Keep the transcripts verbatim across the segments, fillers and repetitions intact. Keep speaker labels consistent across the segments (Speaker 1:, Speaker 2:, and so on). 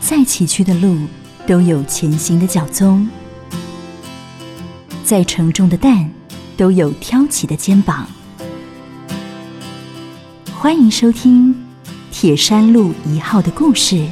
Speaker 1: 再崎岖的路都有前行的脚踪，再沉重的担都有挑起的肩膀。欢迎收听铁山路一号的故事。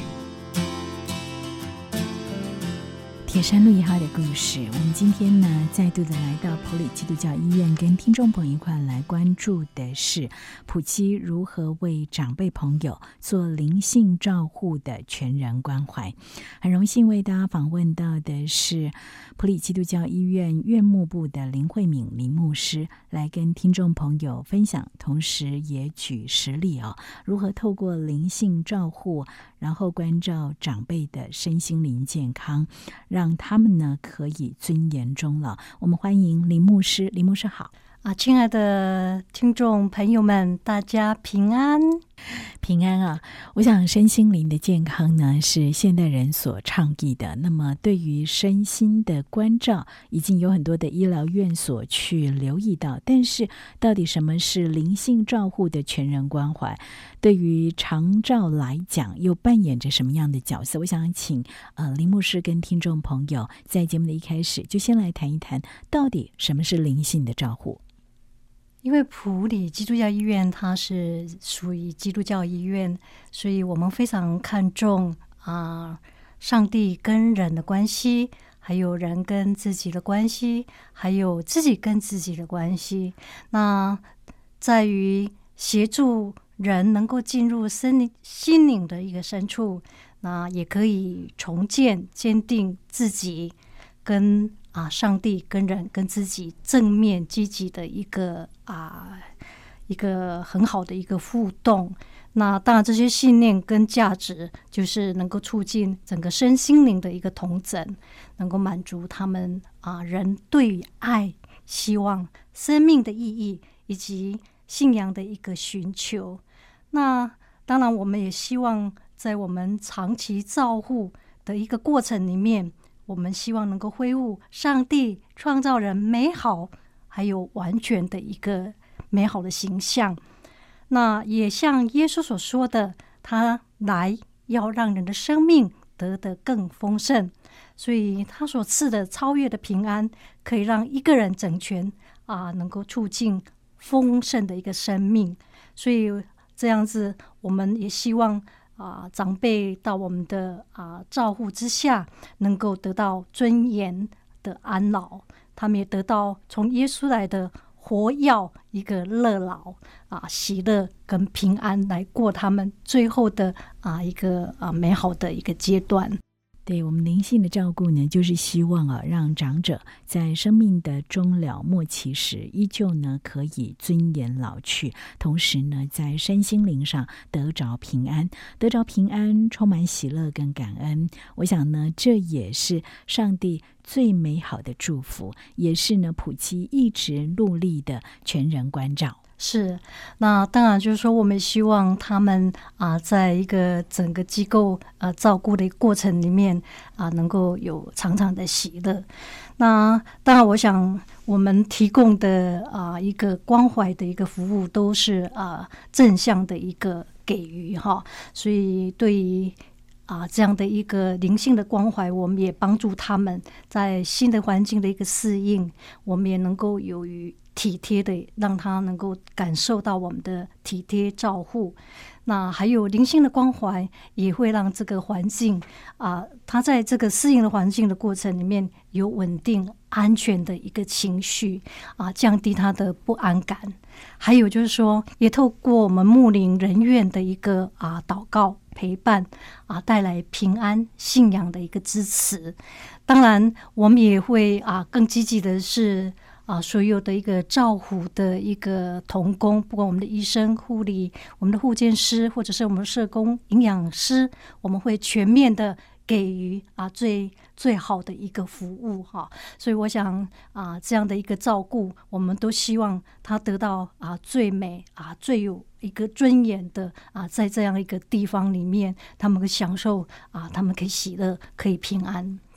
Speaker 1: 铁山路一号的故事，我们今天呢再度的来到埔里基督教医院，跟听众朋友一块来关注的是埔基如何为长辈朋友做灵性照护的全人关怀。很荣幸为大家访问到的是埔里基督教医院院牧部的林慧敏林牧师，来跟听众朋友分享，同时也举实例哦，如何透过灵性照护，然后关照长辈的身心灵健康，让他们呢可以尊严终老。我们欢迎林牧师。林牧师好。
Speaker 2: 啊，亲爱的听众朋友们，大家平安
Speaker 1: 平安啊！我想身心灵的健康呢是现代人所倡议的，那么对于身心的关照已经有很多的医疗院所去留意到，但是到底什么是灵性照护的全人关怀，对于长照来讲又扮演着什么样的角色？我想请呃林牧师跟听众朋友在节目的一开始就先来谈一谈，到底什么是灵性的照护。
Speaker 2: 因为埔里基督教医院它是属于基督教医院，所以我们非常看重啊，上帝跟人的关系，还有人跟自己的关系，还有自己跟自己的关系。那在于协助人能够进入心心灵的一个深处，那也可以重建坚定自己跟啊，上帝跟人跟自己正面积极的一个啊一个很好的一个互动。那当然这些信念跟价值就是能够促进整个身心灵的一个同整，能够满足他们啊人对于爱、希望、生命的意义以及信仰的一个寻求。那当然我们也希望在我们长期照护的一个过程里面，我们希望能够恢复上帝创造人美好还有完全的一个美好的形象。那也像耶稣所说的，他来要让人的生命得得更丰盛，所以他所赐的超越的平安可以让一个人整全啊，能够促进丰盛的一个生命。所以这样子我们也希望啊，长辈到我们的啊照护之下，能够得到尊严的安老，他们也得到从耶稣来的活药一个乐老啊，喜乐跟平安来过他们最后的啊一个啊美好的一个阶段。
Speaker 1: 对，我们灵性的照顾呢，就是希望啊，让长者在生命的终了末期时，依旧呢可以尊严老去，同时呢，在身心灵上得着平安，得着平安，充满喜乐跟感恩。我想呢，这也是上帝最美好的祝福，也是呢埔基一直努力的全人关照。
Speaker 2: 是，那当然就是说，我们希望他们啊，在一个整个机构呃照顾的过程里面啊，能够有常常的喜乐。那当然，我想我们提供的啊一个关怀的一个服务，都是啊正向的一个给予哈。所以对于啊这样的一个灵性的关怀，我们也帮助他们在新的环境的一个适应，我们也能够有于体贴的让他能够感受到我们的体贴照护。那还有灵性的关怀也会让这个环境啊，他在这个适应的环境的过程里面有稳定安全的一个情绪啊，降低他的不安感。还有就是说，也透过我们牧灵人院的一个啊祷告陪伴啊，带来平安信仰的一个支持。当然我们也会啊更积极的是啊，所有的一个照护的一个同工，不管我们的医生、护理、我们的护健师，或者是我们的社工、营养师，我们会全面的给予啊最最好的一个服务哈。所以我想啊，这样的一个照顾，我们都希望他得到啊最美啊最有一个尊严的啊，在这样一个地方里面，他们可以享受啊，他们可以喜乐，可以平安。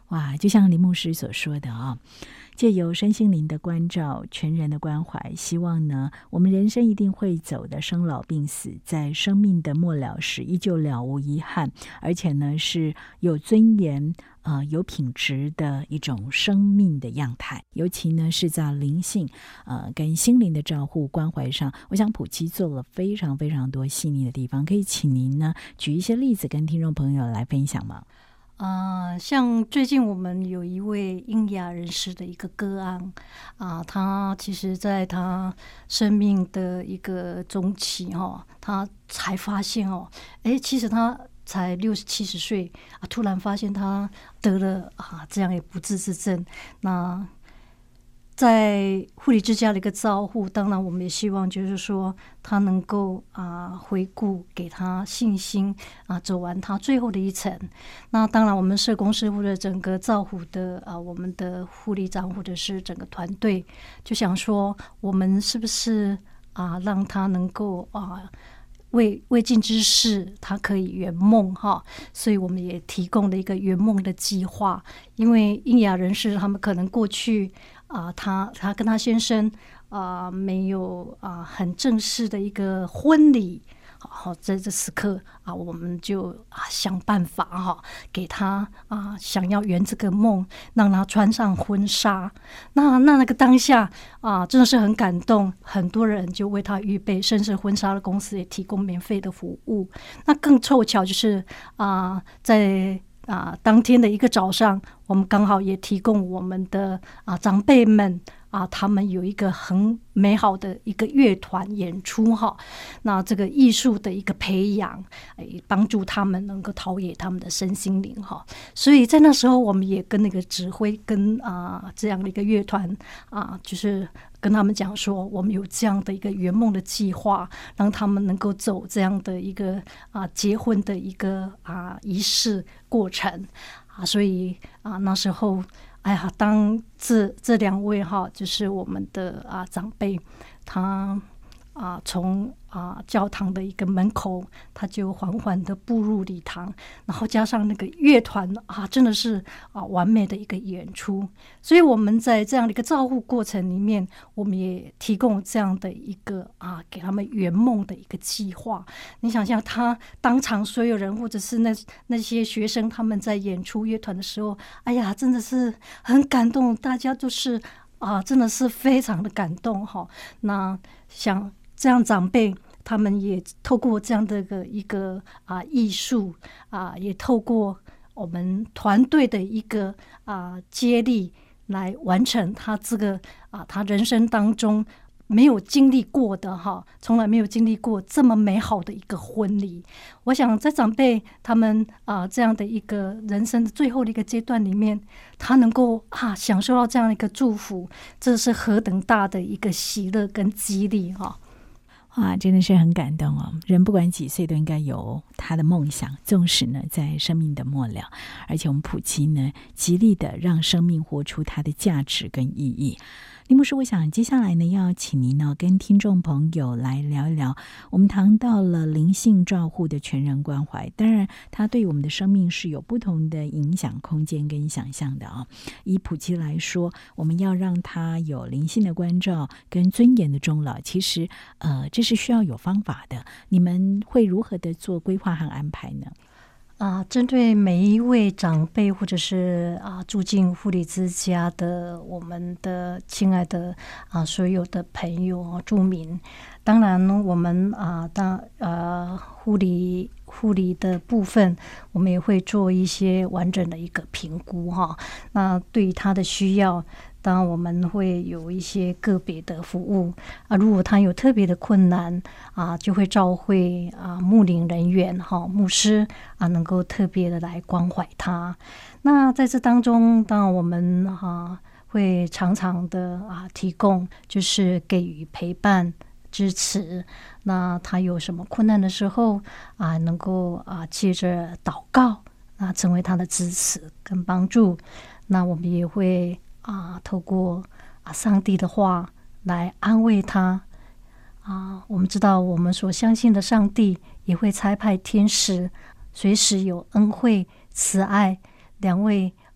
Speaker 1: 哇，就像林牧师所说的啊、哦，借由身心灵的关照，全人的关怀，希望呢，我们人生一定会走的生老病死，在生命的末了时，依旧了无遗憾，而且呢，是有尊严、呃，有品质的一种生命的样态。尤其呢，是在灵性、呃，跟心灵的照护关怀上，我想普基做了非常非常多细腻的地方。可以请您呢，举一些例子跟听众朋友来分享吗？
Speaker 2: 啊、呃，像最近我们有一位英雅人士的一个个案啊、呃，他其实在他生命的一个中期哦，他才发现哦，哎，其实他才六十七十岁啊，突然发现他得了啊这样一不治之症。那在护理之家的一个照护，当然我们也希望就是说他能够啊、呃、回顾，给他信心啊、呃，走完他最后的一程。那当然我们社工师或者整个照护的啊、呃，我们的护理长或者是整个团队就想说，我们是不是啊、呃、让他能够啊、呃未未尽之事，他可以圆梦哈，所以我们也提供了一个圆梦的计划。因为英雅人士他们可能过去啊、呃，他他跟他先生啊、呃、没有啊、呃、很正式的一个婚礼。好，在这时刻啊，我们就啊想办法哈，给他啊想要圆这个梦，让他穿上婚纱。那那那个当下啊，真的是很感动，很多人就为他预备，甚至婚纱的公司也提供免费的服务。那更凑巧就是啊，在啊当天的一个早上，我们刚好也提供我们的啊长辈们。啊，他们有一个很美好的一个乐团演出哈，那这个艺术的一个培养，诶，帮助他们能够陶冶他们的身心灵哈。所以在那时候，我们也跟那个指挥跟啊、呃、这样的一个乐团啊，就是跟他们讲说，我们有这样的一个圆梦的计划，让他们能够走这样的一个啊结婚的一个啊仪式过程啊，所以啊那时候。哎呀，当这这两位哈，就是我们的啊长辈，他啊从啊教堂的一个门口，他就缓缓的步入礼堂，然后加上那个乐团啊，真的是啊完美的一个演出。所以我们在这样的一个照护过程里面，我们也提供这样的一个啊给他们圆梦的一个计划。你想想，他当场所有人或者是那那些学生，他们在演出乐团的时候，哎呀，真的是很感动，大家都是啊，真的是非常的感动哈。那想这样长辈。他们也透过这样的一个啊艺术啊，也透过我们团队的一个啊接力来完成他这个啊他人生当中没有经历过的哈，从来没有经历过这么美好的一个婚礼。我想在长辈他们啊这样的一个人生的最后的一个阶段里面，他能够啊享受到这样的一个祝福，这是何等大的一个喜乐跟激励哈。
Speaker 1: 哇，真的是很感动哦！人不管几岁都应该有他的梦想，纵使呢在生命的末了，而且我们普及呢极力的让生命活出它的价值跟意义。林牧师，我想接下来呢要请您呢跟听众朋友来聊一聊，我们谈到了灵性照护的全人关怀，当然它对我们的生命是有不同的影响空间跟想象的啊。以普及来说，我们要让他有灵性的关照跟尊严的终老，其实呃这是需要有方法的。你们会如何的做规划和安排呢？
Speaker 2: 啊，针对每一位长辈或者是啊住进护理之家的我们的亲爱的啊所有的朋友啊住民，当然我们啊当呃护理护理的部分，我们也会做一些完整的一个评估哈。那对于他的需要，当然我们会有一些个别的服务啊，如果他有特别的困难啊，就会召会啊牧灵人员哈牧师啊，能够特别的来关怀他。那在这当中，当然我们啊会常常的啊提供，就是给予陪伴支持。那他有什么困难的时候啊，能够啊借着祷告啊成为他的支持跟帮助。那我们也会啊，透过啊上帝的话来安慰他啊。我们知道，我们所相信的上帝也会差派天使，随时有恩惠、慈爱，两位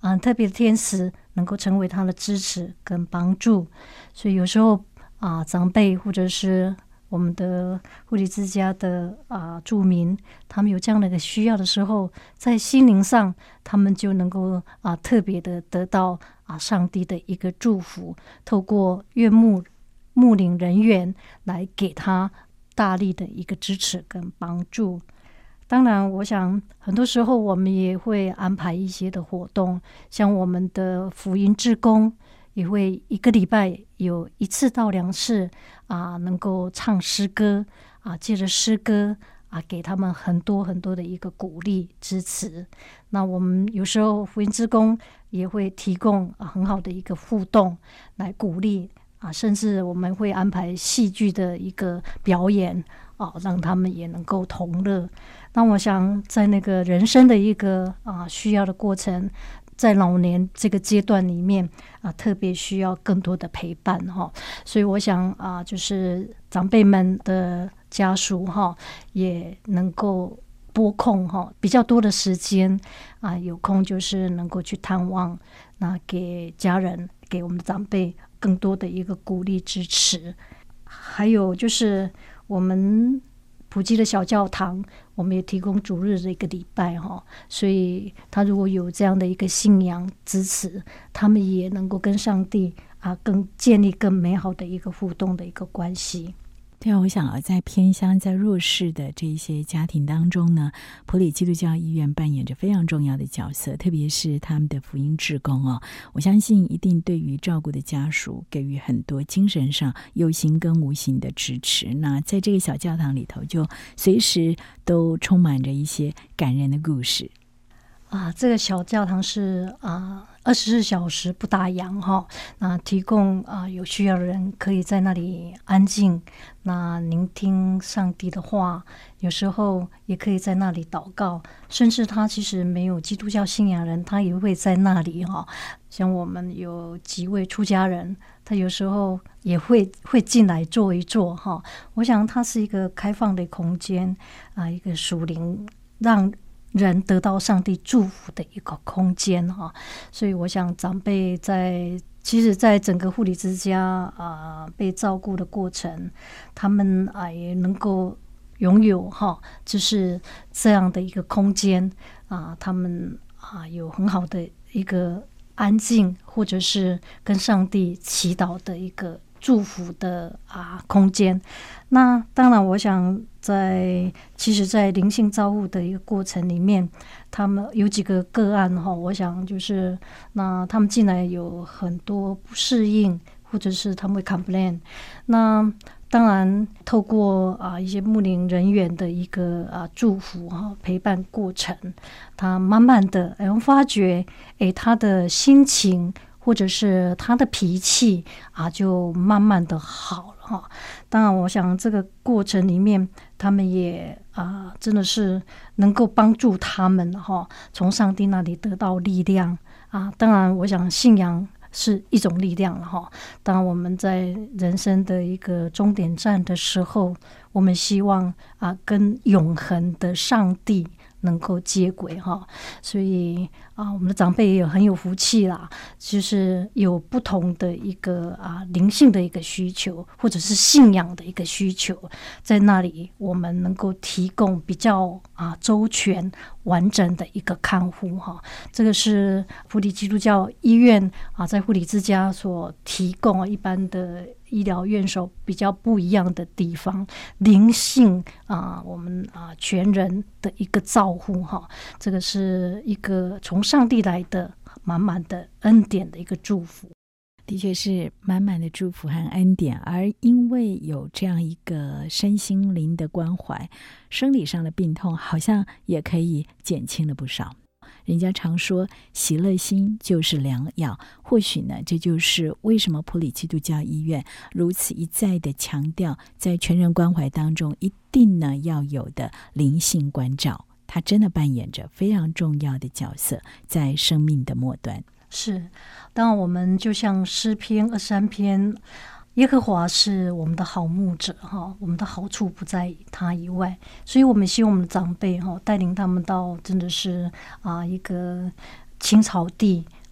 Speaker 2: 啊特别的天使能够成为他的支持跟帮助。所以有时候啊长辈或者是我们的护理之家的啊住民，他们有这样的一个需要的时候，在心灵上他们就能够啊特别的得到啊上帝的一个祝福，透过院牧牧领人员来给他大力的一个支持跟帮助。当然我想很多时候我们也会安排一些的活动，像我们的福音志工也会一个礼拜有一次到两次啊，能够唱诗歌啊，借着诗歌啊，给他们很多很多的一个鼓励支持。那我们有时候福音志工也会提供、啊、很好的一个互动来鼓励啊，甚至我们会安排戏剧的一个表演啊，让他们也能够同乐。那我想在那个人生的一个啊需要的过程，在老年这个阶段里面啊，特别需要更多的陪伴哈。所以我想啊，就是长辈们的家属哈，也能够拨空哈比较多的时间啊，有空就是能够去探望，那给家人、给我们的长辈更多的一个鼓励支持。还有就是我们普及的小教堂，我们也提供主日的一个礼拜哈，所以他如果有这样的一个信仰支持，他们也能够跟上帝啊更建立更美好的一个互动的一个关系。
Speaker 1: 对啊，我想啊，在偏乡、在弱势的这一些家庭当中呢，埔里基督教医院扮演着非常重要的角色，特别是他们的福音志工哦，我相信一定对于照顾的家属给予很多精神上有形跟无形的支持。那在这个小教堂里头，就随时都充满着一些感人的故事。
Speaker 2: 啊，这个小教堂是啊，二十四小时不打烊哈。那提供啊有需要的人可以在那里安静，那聆听上帝的话，有时候也可以在那里祷告。甚至他其实没有基督教信仰人，他也会在那里哈。像我们有几位出家人，他有时候也会会进来坐一坐哈。我想它是一个开放的空间啊，一个属灵让人得到上帝祝福的一个空间哈。所以我想长辈在其实在整个护理之家啊、呃、被照顾的过程，他们啊也能够拥有哈，就是这样的一个空间啊，他们啊有很好的一个安静，或者是跟上帝祈祷的一个祝福的啊空间。那当然我想在其实在灵性照护的一个过程里面，他们有几个个案哈，我想就是那他们进来有很多不适应，或者是他们会 complain， 那当然透过啊一些牧灵人员的一个啊祝福哈陪伴过程，他慢慢的哎我发觉哎他的心情或者是他的脾气啊就慢慢的好了哈。当然我想这个过程里面他们也啊真的是能够帮助他们哈，从上帝那里得到力量啊。当然我想信仰是一种力量了哈。当我们在人生的一个终点站的时候，我们希望啊跟永恒的上帝能够接轨哈。所以啊，我们的长辈也有很有福气啦，就是有不同的一个啊灵性的一个需求，或者是信仰的一个需求，在那里我们能够提供比较啊周全完整的一个看护哈。这个是埔里基督教医院啊，在护理之家所提供一般的医疗院所比较不一样的地方，灵性啊，我们啊全人的一个照护哈，这个是一个从上帝来的满满的恩典的一个祝福。
Speaker 1: 的确是满满的祝福和恩典，而因为有这样一个身心灵的关怀，生理上的病痛好像也可以减轻了不少。人家常说喜乐心就是良药，或许呢，这就是为什么埔里基督教医院如此一再的强调，在全人关怀当中一定呢要有的灵性关照，它真的扮演着非常重要的角色，在生命的末端。
Speaker 2: 是，当然我们就像诗篇二十三篇，耶和华是我们的好牧者哈，我们的好处不在他以外，所以我们希望我们的长辈哈带领他们到真的是啊一个青草地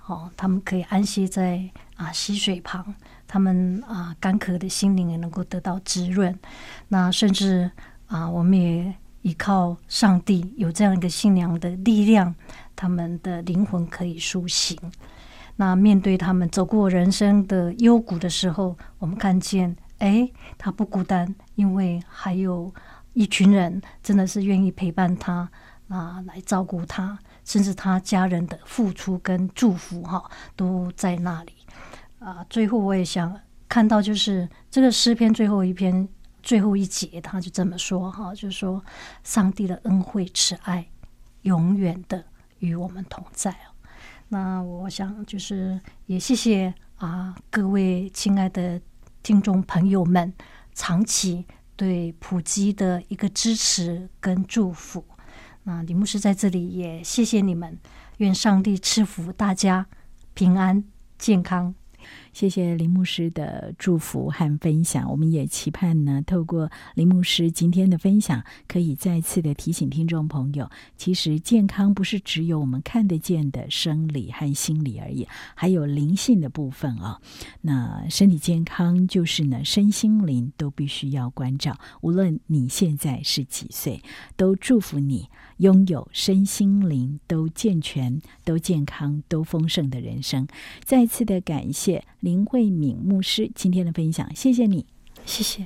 Speaker 2: 哦，他们可以安息在啊溪水旁，他们啊干渴的心灵也能够得到滋润。那甚至啊，我们也依靠上帝有这样一个信仰的力量，他们的灵魂可以苏醒。那面对他们走过人生的幽谷的时候，我们看见，哎，他不孤单，因为还有一群人真的是愿意陪伴他啊，来照顾他，甚至他家人的付出跟祝福哈，都在那里啊。最后我也想看到，就是这个诗篇最后一篇最后一节，他就这么说哈，就是说上帝的恩惠慈爱永远的与我们同在。那我想就是也谢谢啊各位亲爱的听众朋友们长期对埔基的一个支持跟祝福。那李牧师在这里也谢谢你们，愿上帝赐福大家平安健康。
Speaker 1: 谢谢林牧师的祝福和分享，我们也期盼呢，透过林牧师今天的分享，可以再次的提醒听众朋友，其实健康不是只有我们看得见的生理和心理而已，还有灵性的部分啊、哦。那身体健康就是呢，身心灵都必须要关照，无论你现在是几岁，都祝福你拥有身心灵都健全、都健康、都丰盛的人生。再次的感谢林慧敏牧师今天的分享，谢谢你。
Speaker 2: 谢谢。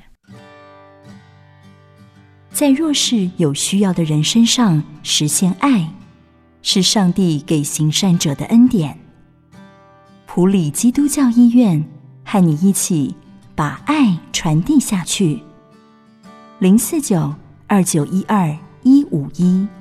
Speaker 3: 在弱势有需要的人身上实现爱，是上帝给行善者的恩典。埔里基督教医院和你一起把爱传递下去。零四九二九一二一五一